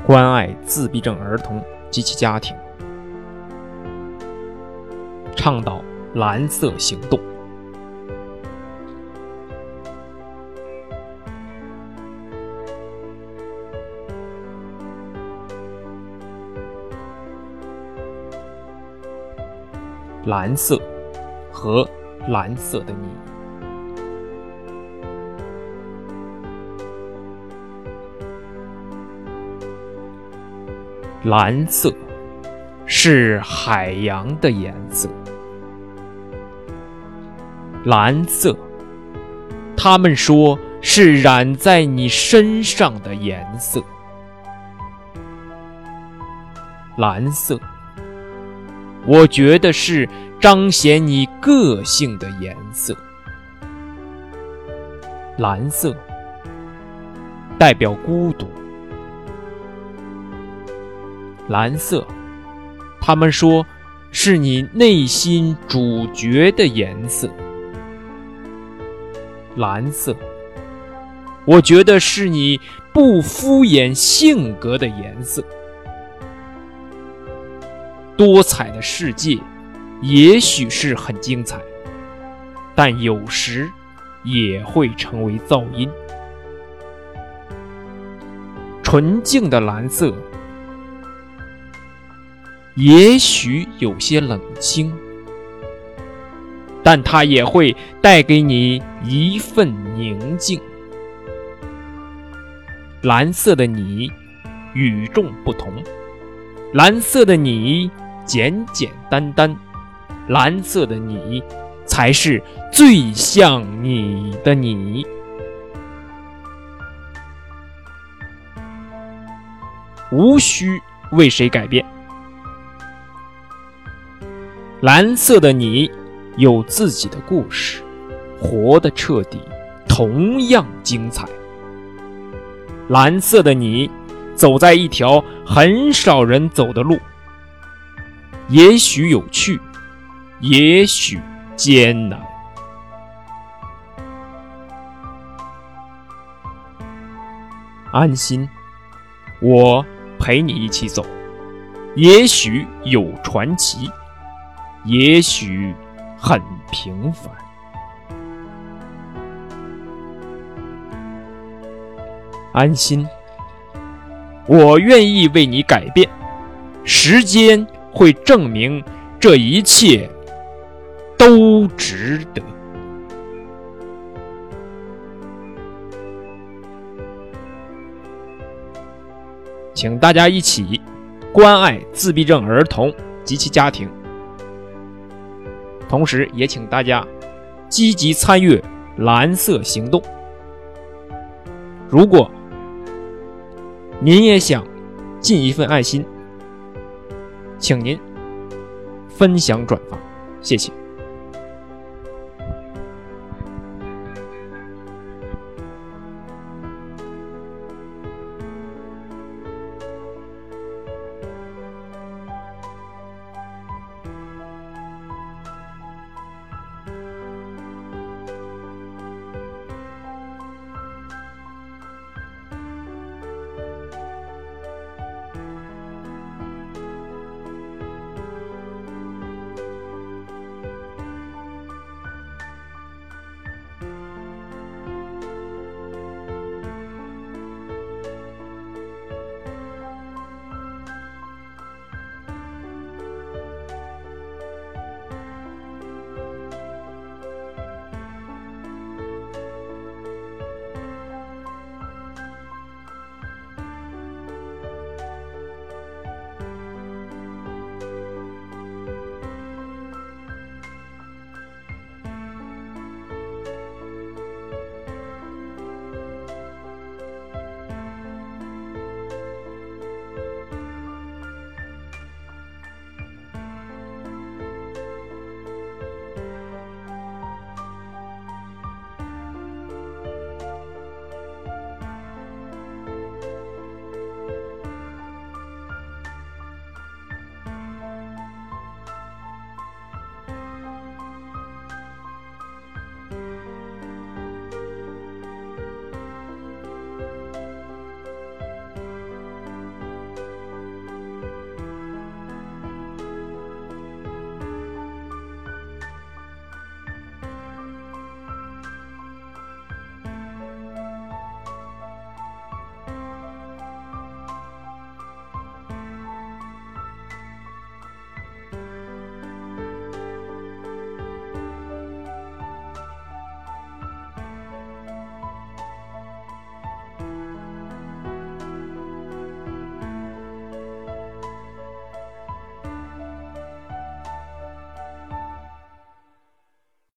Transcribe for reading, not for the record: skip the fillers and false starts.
关爱自闭症儿童及其家庭，倡导蓝色行动。蓝色和蓝色的你。蓝色是海洋的颜色，蓝色，他们说是染在你身上的颜色。蓝色，我觉得是彰显你个性的颜色。蓝色代表孤独。蓝色，他们说是你内心主角的颜色。蓝色，我觉得是你不敷衍性格的颜色。多彩的世界也许是很精彩，但有时也会成为噪音。纯净的蓝色也许有些冷清，但它也会带给你一份宁静。蓝色的你与众不同，蓝色的你简简单单，蓝色的你才是最像你的你。无需为谁改变。蓝色的你有自己的故事，活得彻底，同样精彩。蓝色的你走在一条很少人走的路，也许有趣，也许艰难。安心，我陪你一起走，也许有传奇，也许很平凡。安心，我愿意为你改变，时间会证明这一切都值得。请大家一起关爱自闭症儿童及其家庭，同时也请大家积极参与蓝色行动。如果您也想尽一份爱心，请您分享转发，谢谢。